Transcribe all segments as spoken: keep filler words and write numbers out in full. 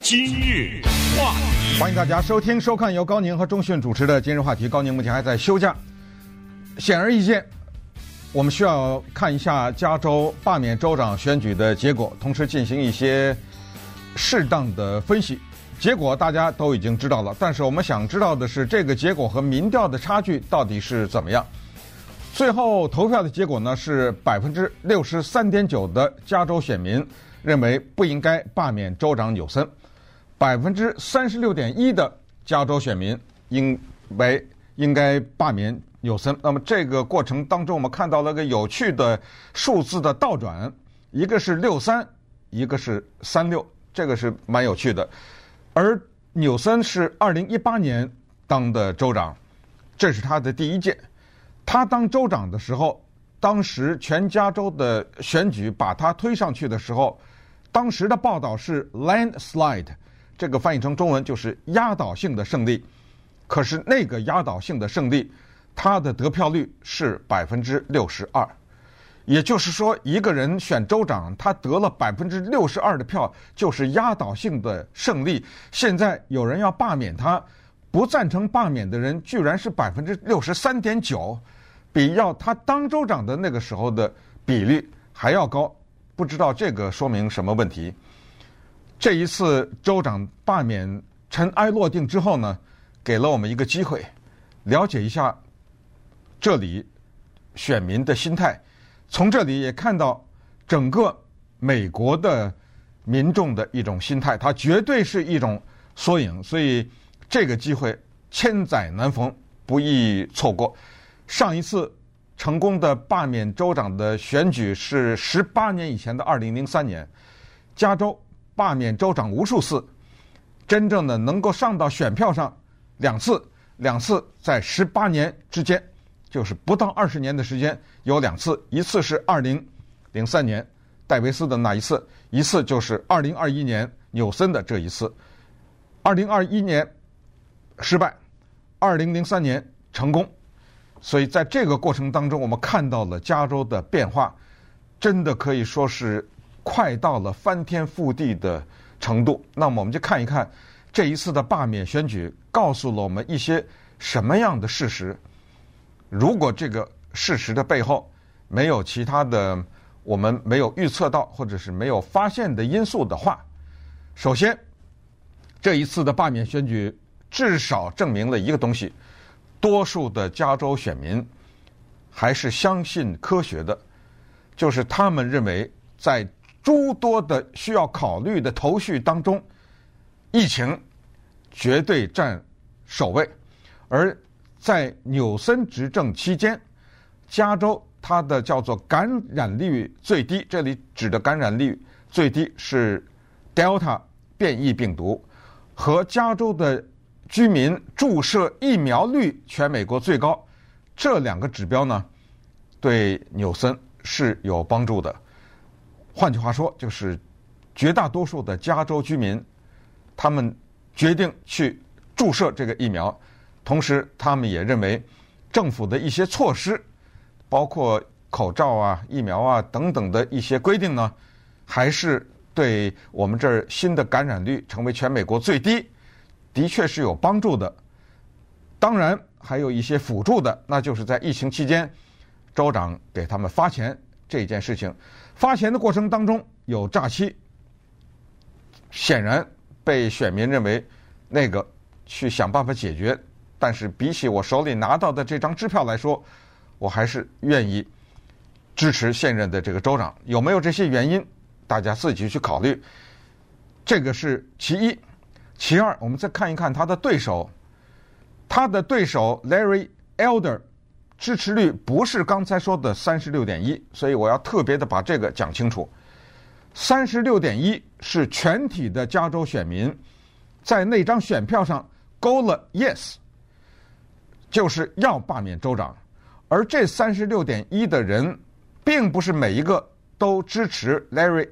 今日话题， 欢迎大家收听收看由高宁和钟迅主持的今日话题。高宁目前还在休假，显而易见，我们需要看一下加州罢免州长选举的结果，同时进行一些适当的分析。结果大家都已经知道了，但是我们想知道的是，这个结果和民调的差距到底是怎么样？最后投票的结果呢，是百分之六十三点九的加州选民认为不应该罢免州长纽森，百分之三十六点一的加州选民应为应该罢免纽森。那么这个过程当中，我们看到了个有趣的数字的倒转，一个是六三，一个是三六，这个是蛮有趣的。而纽森是二零一八年当的州长，这是他的第一届。他当州长的时候，当时全加州的选举把他推上去的时候，当时的报道是 landslide， 这个翻译成中文就是压倒性的胜利。可是那个压倒性的胜利，他的得票率是百分之六十二。也就是说，一个人选州长，他得了百分之六十二的票，就是压倒性的胜利。现在有人要罢免他，不赞成罢免的人居然是百分之六十三点九，比要他当州长的那个时候的比率还要高。不知道这个说明什么问题？这一次州长罢免尘埃落定之后呢，给了我们一个机会，了解一下这里选民的心态。从这里也看到整个美国的民众的一种心态，它绝对是一种缩影，所以这个机会千载难逢，不宜错过。上一次成功的罢免州长的选举是十八年以前的二零零三年，加州罢免州长无数次，真正的能够上到选票上两次，两次在十八年之间，就是不到二十年的时间有两次，一次是二零零三年戴维斯的那一次，一次就是二零二一年纽森的这一次。二零二一年失败，二零零三年成功。所以在这个过程当中，我们看到了加州的变化，真的可以说是快到了翻天覆地的程度。那么我们就看一看这一次的罢免选举告诉了我们一些什么样的事实。如果这个事实的背后没有其他的我们没有预测到或者是没有发现的因素的话，首先这一次的罢免选举至少证明了一个东西，多数的加州选民还是相信科学的，就是他们认为在诸多的需要考虑的头绪当中，疫情绝对占首位。而在纽森执政期间，加州它的叫做感染率最低，这里指的感染率最低是 Delta 变异病毒，和加州的居民注射疫苗率全美国最高，这两个指标呢，对纽森是有帮助的。换句话说，就是绝大多数的加州居民，他们决定去注射这个疫苗，同时他们也认为政府的一些措施，包括口罩啊、疫苗啊等等的一些规定呢，还是对我们这儿新的感染率成为全美国最低，的确是有帮助的。当然还有一些辅助的，那就是在疫情期间州长给他们发钱这件事情。发钱的过程当中有诈欺，显然被选民认为那个去想办法解决，但是比起我手里拿到的这张支票来说，我还是愿意支持现任的这个州长。有没有这些原因，大家自己去考虑，这个是其一。其二，我们再看一看他的对手，他的对手 Larry Elder 支持率不是刚才说的 三十六点一， 所以我要特别的把这个讲清楚。三十六点一 是全体的加州选民在那张选票上勾了 yes， 就是要罢免州长。而这 三十六点一 的人并不是每一个都支持 Larry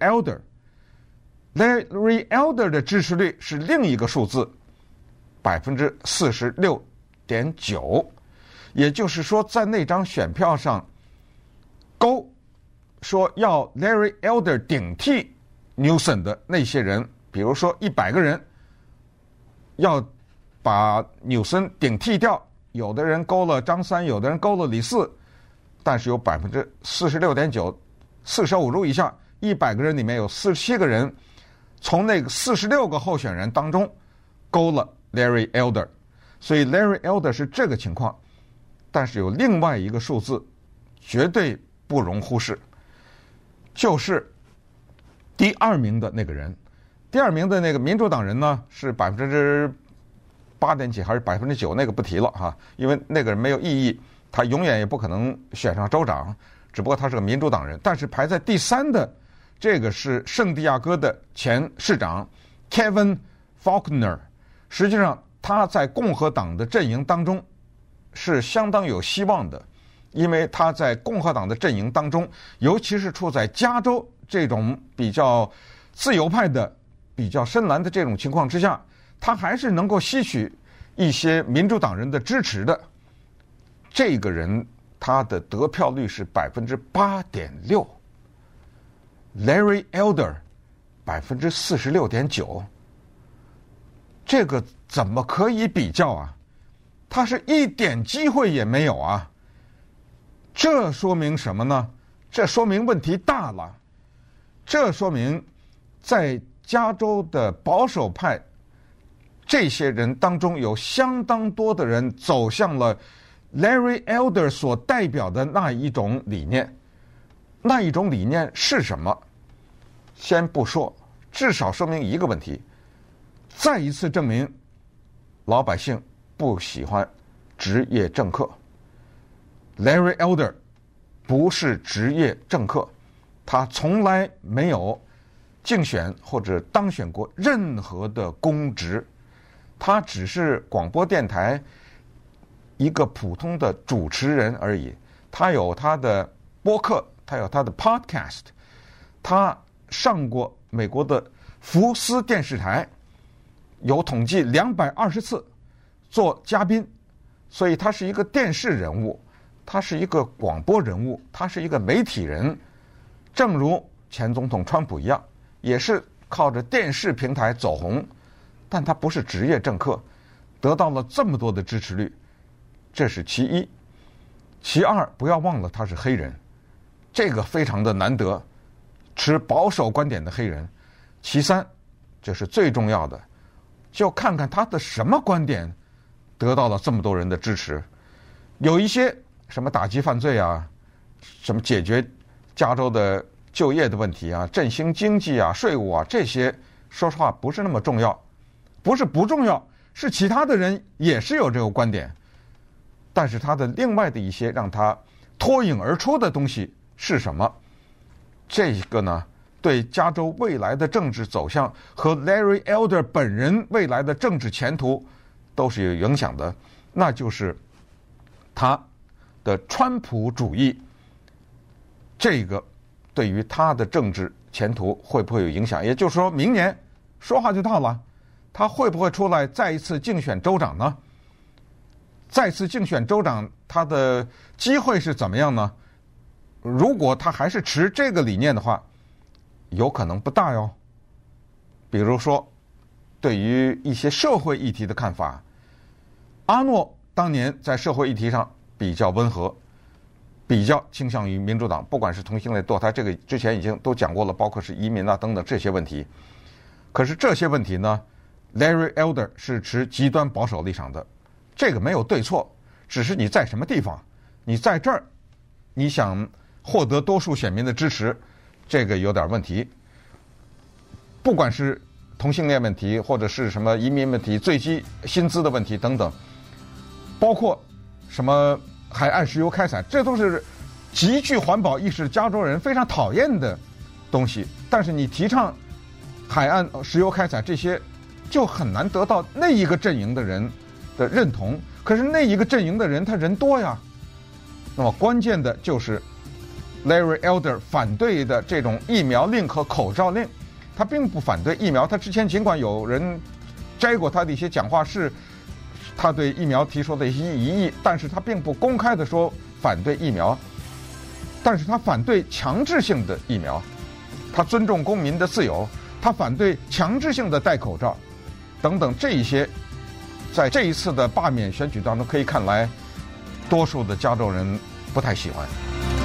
Elder。Larry Elder 的支持率是另一个数字，百分之四十六点九，也就是说，在那张选票上勾说要 Larry Elder 顶替 Newsom 的那些人比如说一百个人要把纽森顶替掉，有的人勾了张三，有的人勾了李四，但是有百分之四十六点九，四舍五入一下，一百个人里面有四十七个人从那个四十六个候选人当中勾了 Larry Elder， 所以 Larry Elder 是这个情况。但是有另外一个数字绝对不容忽视，就是第二名的那个人，第二名的那个民主党人呢是百分之八点几还是百分之九，那个不提了哈，因为那个人没有意义，他永远也不可能选上州长，只不过他是个民主党人。但是排在第三的这个是圣地亚哥的前市长 Kevin Faulconer， 实际上他在共和党的阵营当中是相当有希望的，因为他在共和党的阵营当中，尤其是处在加州这种比较自由派的、比较深蓝的这种情况之下，他还是能够吸取一些民主党人的支持的。这个人他的得票率是百分之八点六 ，Larry Elder 百分之四十六点九，这个怎么可以比较啊？他是一点机会也没有啊！这说明什么呢？这说明问题大了。这说明在加州的保守派这些人当中，有相当多的人走向了 Larry Elder 所代表的那一种理念。那一种理念是什么？先不说，至少说明一个问题，再一次证明老百姓不喜欢职业政客。Larry Elder 不是职业政客，他从来没有竞选或者当选过任何的公职，他只是广播电台一个普通的主持人而已。他有他的播客，他有他的 podcast， 他上过美国的福斯电视台，有统计两百二十次做嘉宾，所以他是一个电视人物，他是一个广播人物，他是一个媒体人，正如前总统川普一样，也是靠着电视平台走红，但他不是职业政客，得到了这么多的支持率，这是其一。其二，不要忘了他是黑人，这个非常的难得，持保守观点的黑人。其三，这是最重要的，就看看他的什么观点得到了这么多人的支持。有一些什么打击犯罪啊，什么解决加州的就业的问题啊，振兴经济啊，税务啊，这些说实话不是那么重要，不是不重要，是其他的人也是有这个观点，但是他的另外的一些让他脱颖而出的东西是什么？这个呢，对加州未来的政治走向和 Larry Elder 本人未来的政治前途都是有影响的，那就是他的川普主义，这个对于他的政治前途会不会有影响？也就是说，明年说话就到了，他会不会出来再一次竞选州长呢？再次竞选州长，他的机会是怎么样呢？如果他还是持这个理念的话，有可能不大哟。比如说，对于一些社会议题的看法，阿诺当年在社会议题上比较温和，比较倾向于民主党，不管是同性恋、堕胎，这个之前已经都讲过了，包括是移民啊等等这些问题。可是这些问题呢 ，Larry Elder 是持极端保守立场的，这个没有对错，只是你在什么地方，你在这儿，你想获得多数选民的支持，这个有点问题。不管是同性恋问题，或者是什么移民问题、最低薪资的问题等等，包括什么海岸石油开采，这都是极具环保意识加州人非常讨厌的东西。但是你提倡海岸石油开采这些，就很难得到那一个阵营的人的认同。可是那一个阵营的人他人多呀，那么关键的就是Larry Elder 反对的这种疫苗令和口罩令，他并不反对疫苗。他之前尽管有人摘过他的一些讲话，是他对疫苗提出的一些疑义，但是他并不公开的说反对疫苗，但是他反对强制性的疫苗，他尊重公民的自由， 他反对强制性的戴口罩，等等，这一些，在这一次的罢免选举当中，可以看来，多数的加州人不太喜欢。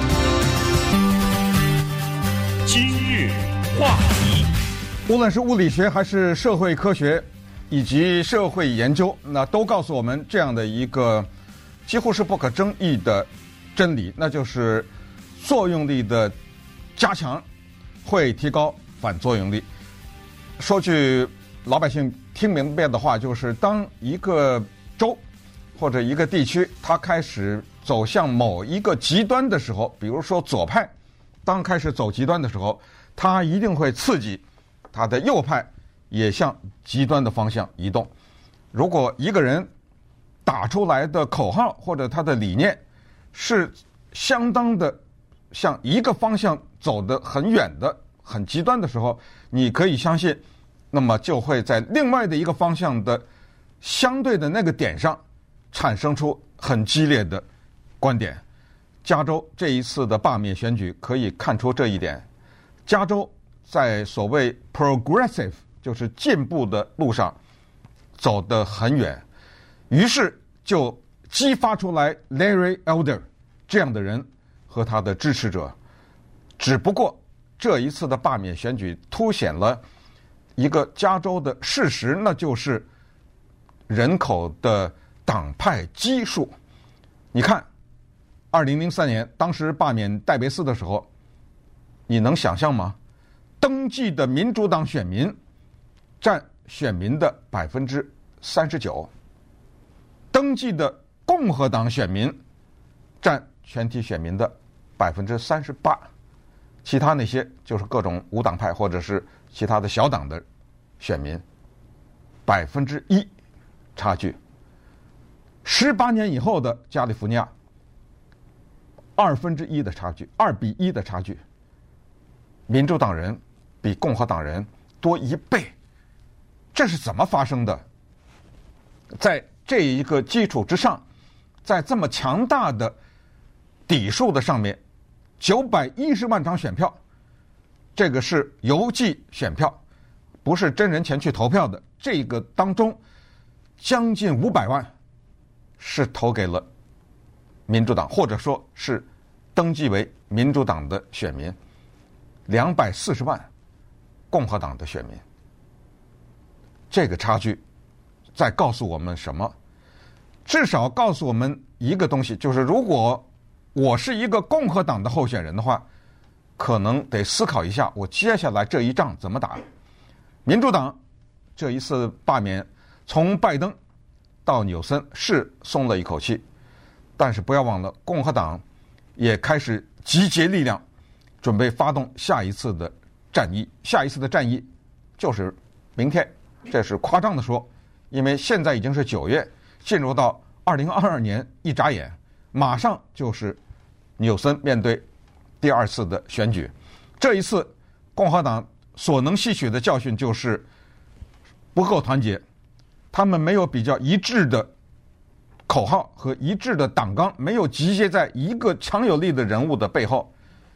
今日话题， 无论是物理学还是社会科学以及社会研究，那都告诉我们这样的一个几乎是不可争议的真理，那就是作用力的加强会提高反作用力。说句老百姓听明白的话，就是当一个州或者一个地区它开始走向某一个极端的时候，比如说左派当开始走极端的时候，它一定会刺激它的右派也向极端的方向移动。如果一个人打出来的口号或者他的理念是相当的向一个方向走得很远的很极端的时候，你可以相信，那么就会在另外的一个方向的相对的那个点上产生出很激烈的观点。加州这一次的罢免选举可以看出这一点。加州在所谓 progressive 就是进步的路上走得很远，于是就激发出来 Larry Elder 这样的人和他的支持者。只不过这一次的罢免选举凸显了一个加州的事实，那就是人口的党派基数。你看二零零三年当时罢免戴维斯的时候，你能想象吗？登记的民主党选民占选民的百分之三十九，登记的共和党选民占全体选民的百分之三十八，其他那些就是各种无党派或者是其他的小党的选民，百分之一差距。十八年以后的加利福尼亚，二分之一的差距，二比一的差距，民主党人比共和党人多一倍，这是怎么发生的？在这一个基础之上，在这么强大的底数的上面，九百一十万张选票，这个是邮寄选票，不是真人前去投票的。这个当中，将近五百万是投给了民主党，或者说是登记为民主党的选民，两百四十万共和党的选民。这个差距在告诉我们什么？至少告诉我们一个东西，就是如果我是一个共和党的候选人的话，可能得思考一下我接下来这一仗怎么打。民主党这一次罢免，从拜登到纽森是松了一口气，但是不要忘了，共和党也开始集结力量，准备发动下一次的战役。下一次的战役就是明天，这是夸张的说，因为现在已经是九月，进入到二零二二年，一眨眼马上就是纽森面对第二次的选举。这一次共和党所能吸取的教训就是不够团结，他们没有比较一致的口号和一致的党纲，没有集结在一个强有力的人物的背后。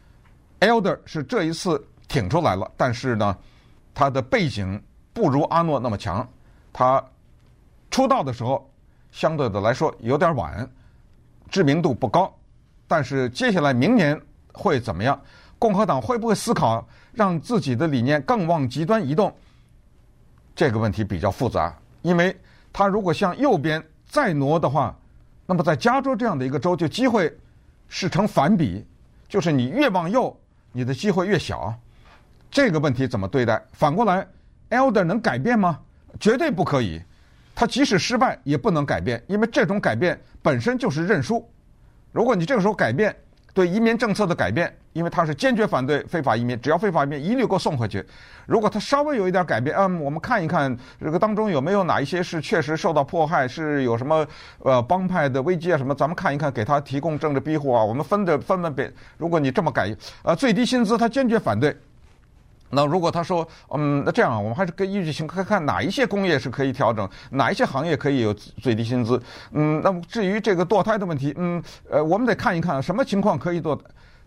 Elder 是这一次挺出来了，但是呢他的背景不如阿诺那么强，他出道的时候相对的来说有点晚，知名度不高，但是接下来明年会怎么样？共和党会不会思考让自己的理念更往极端移动？这个问题比较复杂，因为他如果向右边再挪的话，那么在加州这样的一个州，就机会是成反比，就是你越往右，你的机会越小。这个问题怎么对待？反过来 ，Elder 能改变吗？绝对不可以。他即使失败也不能改变，因为这种改变本身就是认输。如果你这个时候改变对移民政策的改变，因为他是坚决反对非法移民，只要非法移民一律给我送回去。如果他稍微有一点改变，嗯，我们看一看这个当中有没有哪一些是确实受到迫害，是有什么呃帮派的危机啊什么，咱们看一看，给他提供政治庇护啊，我们分的分分别。如果你这么改，呃，最低薪资他坚决反对。那如果他说，嗯，那这样我们还是根据情况看哪一些工业是可以调整，哪一些行业可以有最低薪资。嗯，那么至于这个堕胎的问题，嗯，呃，我们得看一看什么情况可以堕。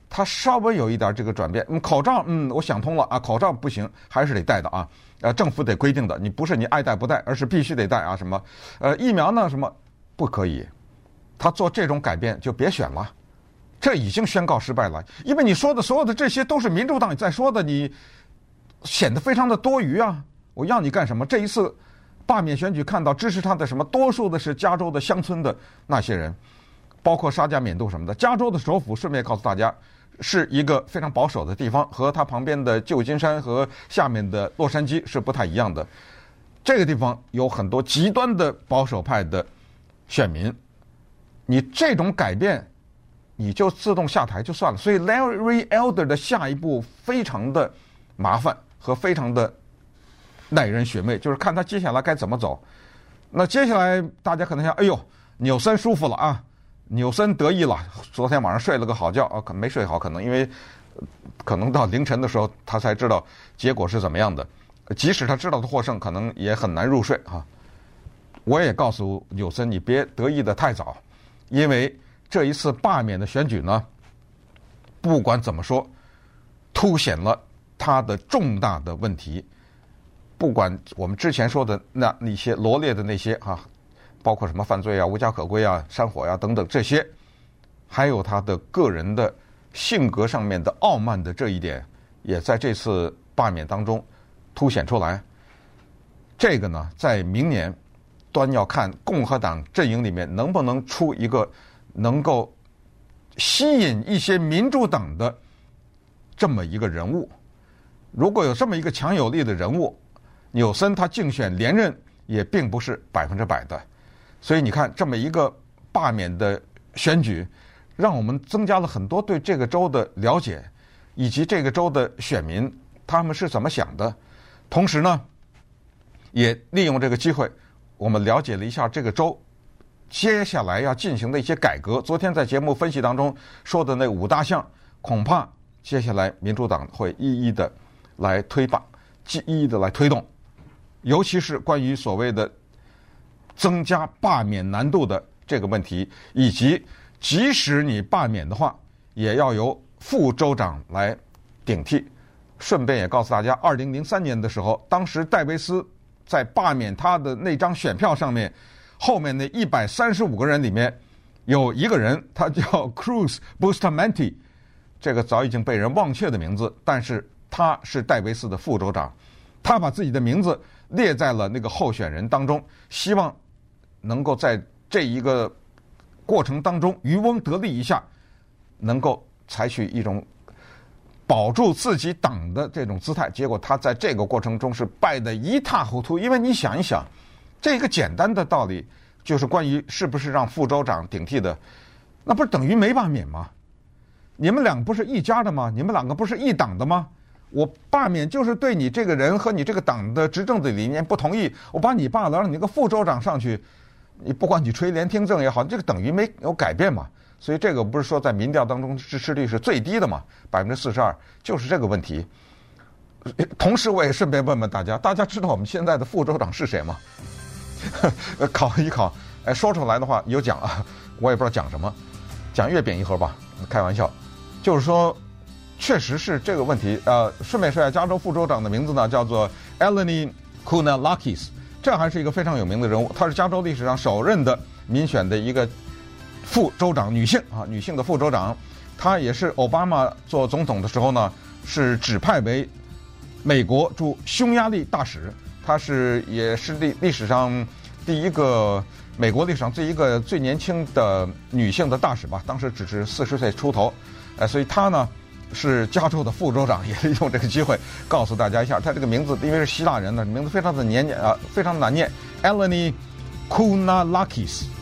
他稍微有一点这个转变。嗯，口罩，嗯，我想通了啊，口罩不行，还是得戴的啊。呃，政府得规定的，你不是你爱戴不戴，而是必须得戴啊。什么，呃，疫苗呢？什么不可以？他做这种改变就别选了，这已经宣告失败了。因为你说的所有的这些都是民主党在说的，你显得非常的多余啊。我要你干什么？这一次罢免选举看到支持他的什么，多数的是加州的乡村的那些人，包括沙加缅度什么的。加州的首府，顺便告诉大家，是一个非常保守的地方，和它旁边的旧金山和下面的洛杉矶是不太一样的。这个地方有很多极端的保守派的选民，你这种改变，你就自动下台就算了。所以 Larry Elder 的下一步非常的麻烦和非常的耐人寻味，就是看他接下来该怎么走。那接下来大家可能想，哎呦，纽森舒服了啊，纽森得意了，昨天晚上睡了个好觉啊，可能没睡好，可能因为可能到凌晨的时候他才知道结果是怎么样的。即使他知道他获胜，可能也很难入睡啊。我也告诉纽森，你别得意的太早，因为这一次罢免的选举呢，不管怎么说，凸显了他的重大的问题。不管我们之前说的那那些罗列的那些啊，包括什么犯罪啊、无家可归啊、山火呀、啊、等等这些，还有他的个人的性格上面的傲慢的这一点，也在这次罢免当中凸显出来。这个呢，在明年端要看共和党阵营里面能不能出一个能够吸引一些民主党的这么一个人物。如果有这么一个强有力的人物，纽森他竞选连任也并不是百分之百的。所以你看，这么一个罢免的选举，让我们增加了很多对这个州的了解，以及这个州的选民他们是怎么想的。同时呢，也利用这个机会，我们了解了一下这个州接下来要进行的一些改革。昨天在节目分析当中说的那五大项，恐怕接下来民主党会一一的来推罢，一一的来推动，尤其是关于所谓的增加罢免难度的这个问题，以及即使你罢免的话，也要由副州长来顶替。顺便也告诉大家，二零零三年的时候，当时戴维斯在罢免他的那张选票上面，后面那一百三十五个人里面有一个人，他叫 Cruz Bustamante， 这个早已经被人忘却的名字，但是他是戴维斯的副州长，他把自己的名字列在了那个候选人当中，希望能够在这一个过程当中渔翁得利一下，能够采取一种保住自己党的这种姿态。结果他在这个过程中是败得一塌糊涂。因为你想一想，这个简单的道理就是关于是不是让副州长顶替的，那不是等于没罢免吗？你们俩不是一家的吗？你们两个不是一党的吗？我罢免就是对你这个人和你这个党的执政的理念不同意，我把你罢了，让你个副州长上去，你不管你垂帘听政也好，这个等于没有改变嘛。所以这个不是说在民调当中支持率是最低的嘛，百分之四十二，就是这个问题。同时我也顺便问问大家，大家知道我们现在的副州长是谁吗？考一考，哎，说出来的话有奖啊，我也不知道讲什么，讲月饼一盒吧，开玩笑。就是说，确实是这个问题。呃，顺便说一下，加州副州长的名字呢叫做 Eleni Kounalakis， 这还是一个非常有名的人物，她是加州历史上首任的民选的一个副州长，女性啊，女性的副州长。她也是奥巴马做总统的时候呢，是指派为美国驻匈牙利大使。她是也是历历史上第一个美国历史上最一个最年轻的女性的大使吧，当时只是四十岁出頭，呃，所以她呢是加州的副州长，也利用这个机会告诉大家一下，她这个名字因为是希腊人呢，名字非常的难念啊，非常难念 ，Eleni Kounalakis。